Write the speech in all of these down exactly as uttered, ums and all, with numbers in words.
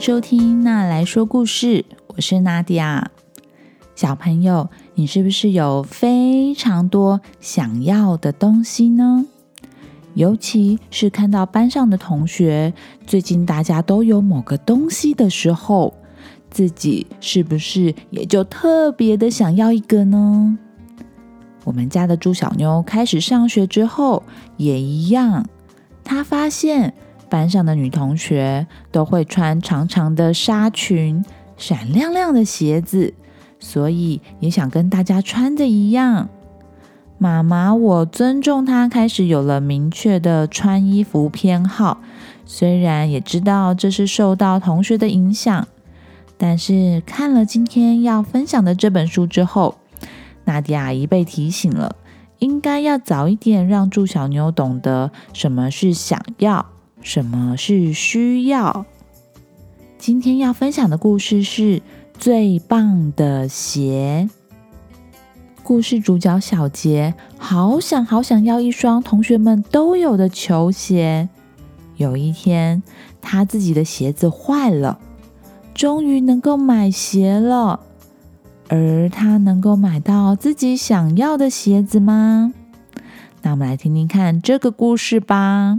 收听娜来说故事，我是娜迪亚。小朋友，你是不是有非常多想要的东西呢？尤其是看到班上的同学，最近大家都有某个东西的时候，自己是不是也就特别的想要一个呢？我们家的猪小妞开始上学之后也一样，她发现班上的女同学都会穿长长的纱裙、闪亮亮的鞋子，所以也想跟大家穿的一样。妈妈我尊重她开始有了明确的穿衣服偏好，虽然也知道这是受到同学的影响，但是看了今天要分享的这本书之后，娜迪阿姨被提醒了，应该要早一点让猪小妞懂得什么是想要，什么是需要。今天要分享的故事是最棒的鞋。故事主角小杰好想好想要一双同学们都有的球鞋。有一天，他自己的鞋子坏了，终于能够买鞋了。而他能够买到自己想要的鞋子吗？那我们来听听看这个故事吧。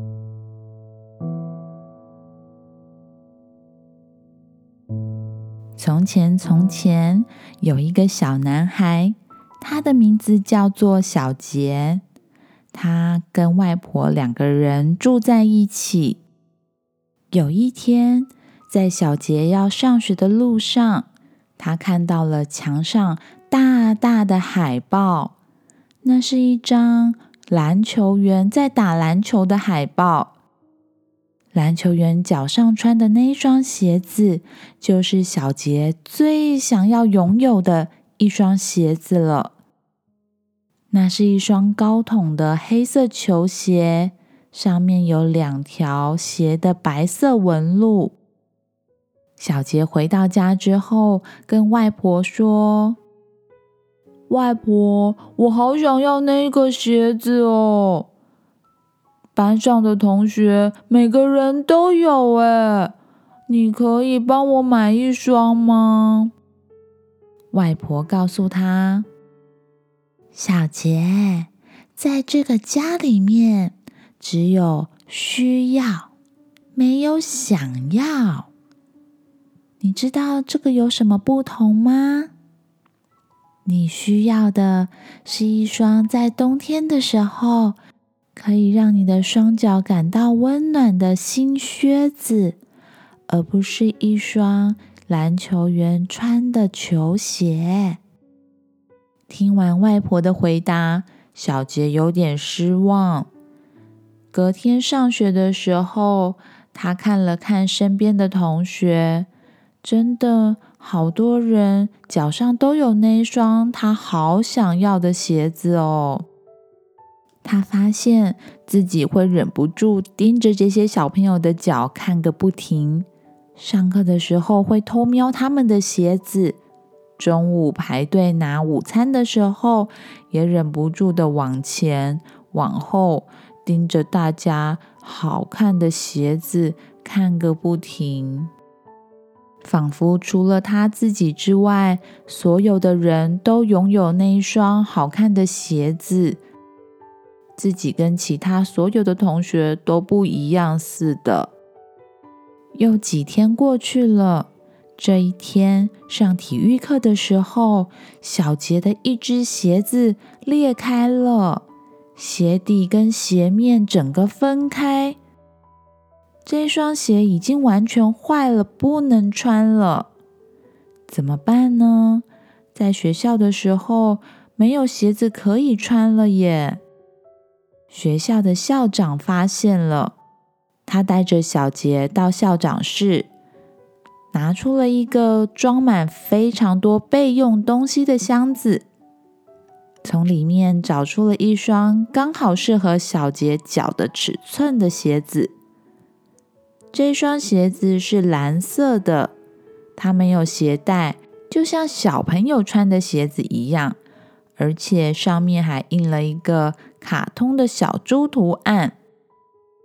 从前从前有一个小男孩，他的名字叫做小杰。他跟外婆两个人住在一起。有一天，在小杰要上学的路上，他看到了墙上大大的海报，那是一张篮球员在打篮球的海报。篮球员脚上穿的那一双鞋子，就是小杰最想要拥有的一双鞋子了。那是一双高筒的黑色球鞋，上面有两条鞋的白色纹路。小杰回到家之后，跟外婆说：外婆，我好想要那个鞋子哦。班上的同学每个人都有耶，你可以帮我买一双吗？外婆告诉他：小杰，在这个家里面，只有需要，没有想要。你知道这个有什么不同吗？你需要的是一双在冬天的时候可以让你的双脚感到温暖的新靴子，而不是一双篮球员穿的球鞋。听完外婆的回答，小杰有点失望。隔天上学的时候，他看了看身边的同学，真的好多人脚上都有那一双他好想要的鞋子哦。他发现自己会忍不住盯着这些小朋友的脚看个不停，上课的时候会偷瞄他们的鞋子，中午排队拿午餐的时候也忍不住的往前往后盯着大家好看的鞋子看个不停，仿佛除了他自己之外，所有的人都拥有那一双好看的鞋子，自己跟其他所有的同学都不一样似的。又几天过去了，这一天上体育课的时候，小杰的一只鞋子裂开了，鞋底跟鞋面整个分开。这双鞋已经完全坏了，不能穿了。怎么办呢？在学校的时候，没有鞋子可以穿了耶。学校的校长发现了，他带着小杰到校长室，拿出了一个装满非常多备用东西的箱子，从里面找出了一双刚好适合小杰脚的尺寸的鞋子。这双鞋子是蓝色的，它没有鞋带，就像小朋友穿的鞋子一样，而且上面还印了一个卡通的小猪图案。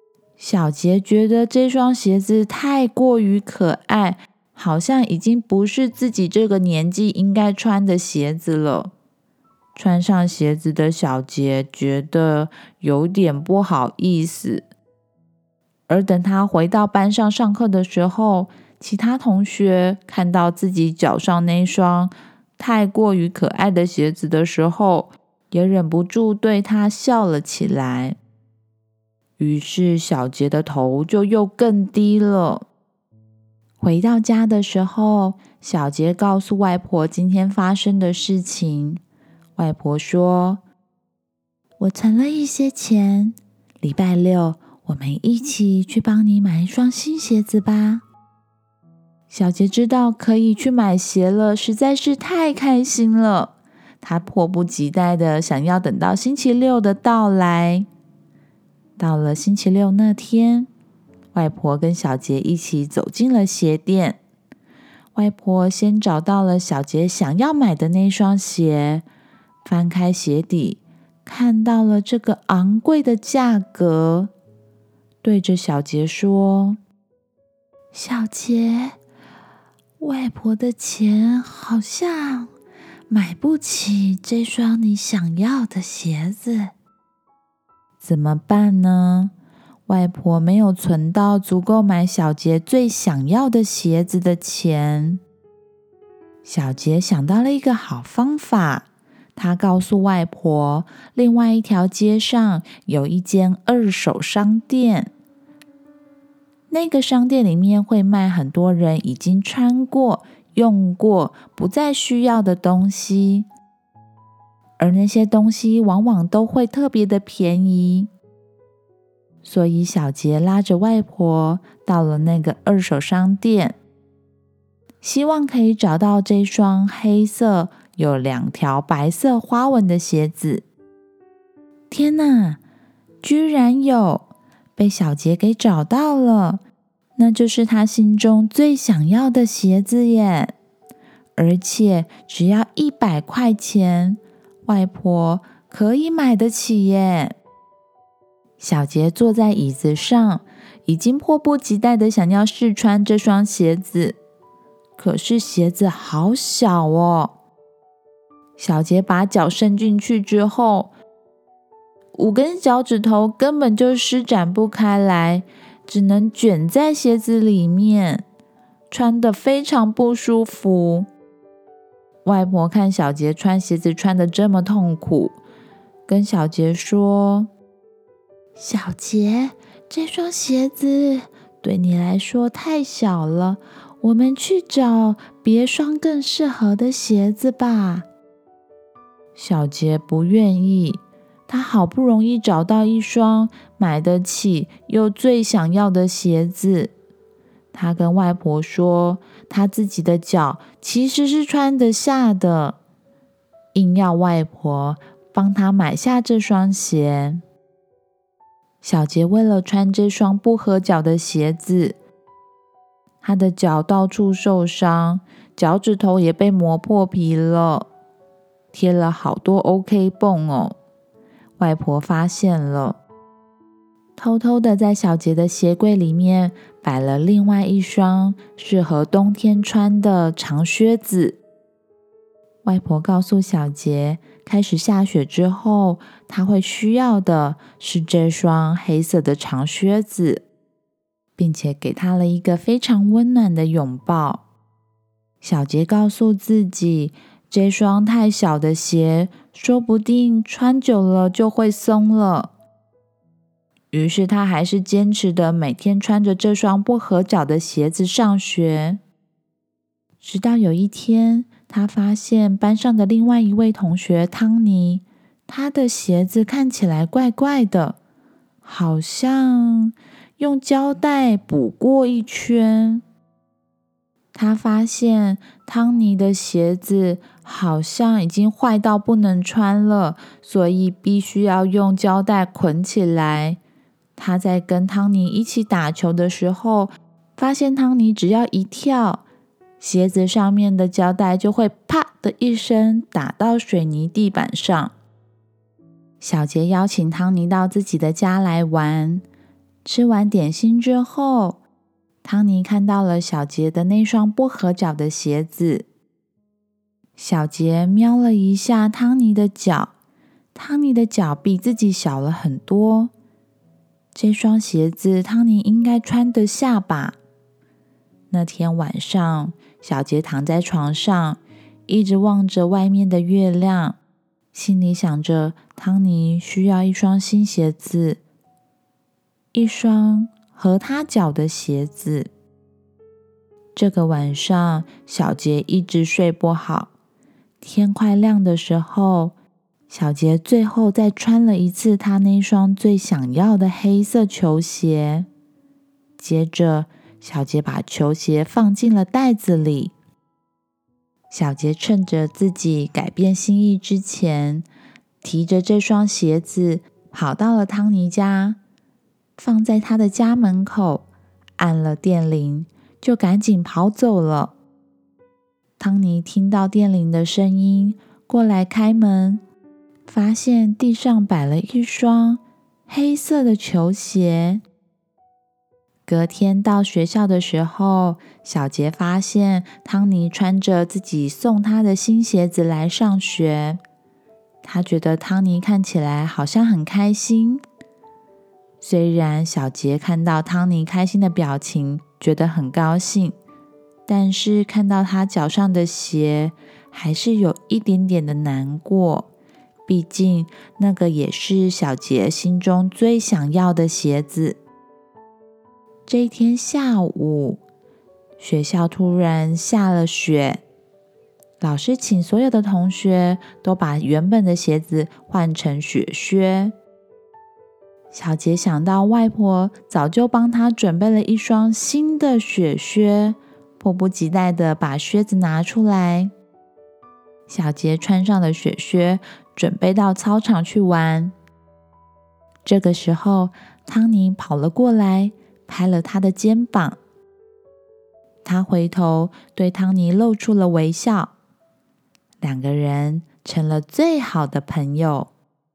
小杰觉得这双鞋子太过于可爱，好像已经不是自己这个年纪应该穿的鞋子了。穿上鞋子的小杰觉得有点不好意思。而等他回到班上上课的时候，其他同学看到自己脚上那双太过于可爱的鞋子的时候，也忍不住对他笑了起来。于是小杰的头就又更低了。回到家的时候，小杰告诉外婆今天发生的事情。外婆说：“我存了一些钱，礼拜六我们一起去帮你买一双新鞋子吧。”小杰知道可以去买鞋了，实在是太开心了。他迫不及待的想要等到星期六的到来。到了星期六那天，外婆跟小杰一起走进了鞋店。外婆先找到了小杰想要买的那双鞋，翻开鞋底，看到了这个昂贵的价格，对着小杰说：“小杰，外婆的钱好像买不起这双你想要的鞋子。怎么办呢？外婆没有存到足够买小杰最想要的鞋子的钱。”小杰想到了一个好方法，他告诉外婆，另外一条街上有一间二手商店，那个商店里面会卖很多人已经穿过、用过、不再需要的东西，而那些东西往往都会特别的便宜。所以小杰拉着外婆到了那个二手商店，希望可以找到这双黑色有两条白色花纹的鞋子。天哪，居然有！被小杰给找到了，那就是他心中最想要的鞋子耶！而且只要一百块钱，外婆可以买得起耶！小杰坐在椅子上，已经迫不及待的想要试穿这双鞋子，可是鞋子好小哦。小杰把脚伸进去之后，五根脚趾头根本就施展不开来，只能卷在鞋子里面，穿得非常不舒服。外婆看小杰穿鞋子穿得这么痛苦，跟小杰说：“小杰，这双鞋子对你来说太小了，我们去找别双更适合的鞋子吧。”小杰不愿意，他好不容易找到一双买得起又最想要的鞋子。他跟外婆说，他自己的脚其实是穿得下的，硬要外婆帮他买下这双鞋。小杰为了穿这双不合脚的鞋子，他的脚到处受伤，脚趾头也被磨破皮了，贴了好多 OK 绷哦。外婆发现了，偷偷的在小杰的鞋柜里面摆了另外一双适合冬天穿的长靴子。外婆告诉小杰，开始下雪之后，他会需要的是这双黑色的长靴子，并且给他了一个非常温暖的拥抱。小杰告诉自己，这双太小的鞋说不定穿久了就会松了。于是他还是坚持的每天穿着这双不合脚的鞋子上学。直到有一天，他发现班上的另外一位同学汤尼，他的鞋子看起来怪怪的，好像用胶带补过一圈。他发现汤尼的鞋子好像已经坏到不能穿了，所以必须要用胶带捆起来。他在跟汤尼一起打球的时候，发现汤尼只要一跳，鞋子上面的胶带就会啪的一声打到水泥地板上。小杰邀请汤尼到自己的家来玩， 吃完点心之后，汤尼看到了小杰的那双不合脚的鞋子。小杰瞄了一下汤尼的脚，汤尼的脚比自己小了很多。这双鞋子汤尼应该穿得下吧？那天晚上，小杰躺在床上，一直望着外面的月亮，心里想着汤尼需要一双新鞋子，一双合他脚的鞋子。这个晚上，小杰一直睡不好。天快亮的时候，小杰最后再穿了一次他那双最想要的黑色球鞋。接着，小杰把球鞋放进了袋子里。小杰趁着自己改变心意之前，提着这双鞋子跑到了汤尼家，放在他的家门口，按了电铃，就赶紧跑走了。汤尼听到电铃的声音，过来开门，发现地上摆了一双黑色的球鞋。隔天到学校的时候，小杰发现汤尼穿着自己送他的新鞋子来上学。他觉得汤尼看起来好像很开心。虽然小杰看到汤尼开心的表情，觉得很高兴，但是看到他脚上的鞋，还是有一点点的难过。毕竟那个也是小杰心中最想要的鞋子。这一天下午，学校突然下了雪，老师请所有的同学都把原本的鞋子换成雪靴。小杰想到外婆早就帮他准备了一双新的雪靴，迫不及待地把靴子拿出来。小杰穿上了雪靴，准备到操场去玩。这个时候，汤尼跑了过来，拍了他的肩膀。他回头对汤尼露出了微笑，两个人成了最好的朋友。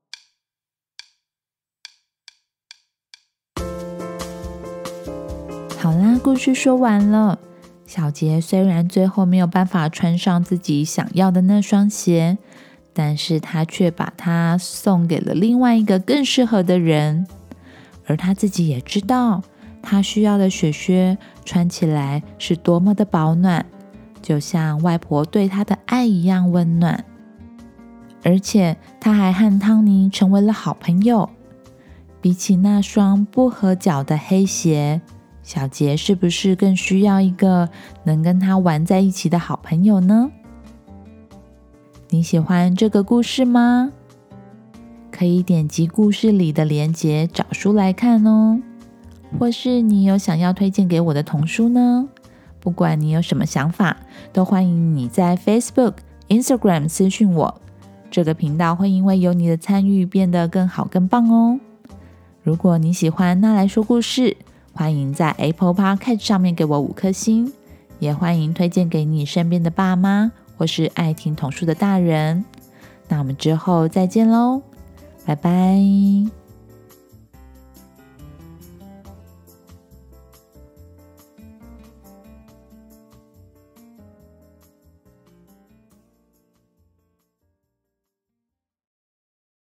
好啦，故事说完了。小杰虽然最后没有办法穿上自己想要的那双鞋，但是他却把它送给了另外一个更适合的人。而他自己也知道，他需要的雪靴穿起来是多么的保暖，就像外婆对他的爱一样温暖。而且他还和汤尼成为了好朋友。比起那双不合脚的黑鞋，小杰是不是更需要一个能跟他玩在一起的好朋友呢？你喜欢这个故事吗？可以点击故事里的连结找书来看哦。或是你有想要推荐给我的童书呢？不管你有什么想法，都欢迎你在 Facebook、Instagram 私讯我。这个频道会因为有你的参与变得更好更棒哦。如果你喜欢那来说故事，欢迎在 Apple Podcast 上面给我五颗星，也欢迎推荐给你身边的爸妈或是爱听童书的大人。那我们之后再见咯，拜拜。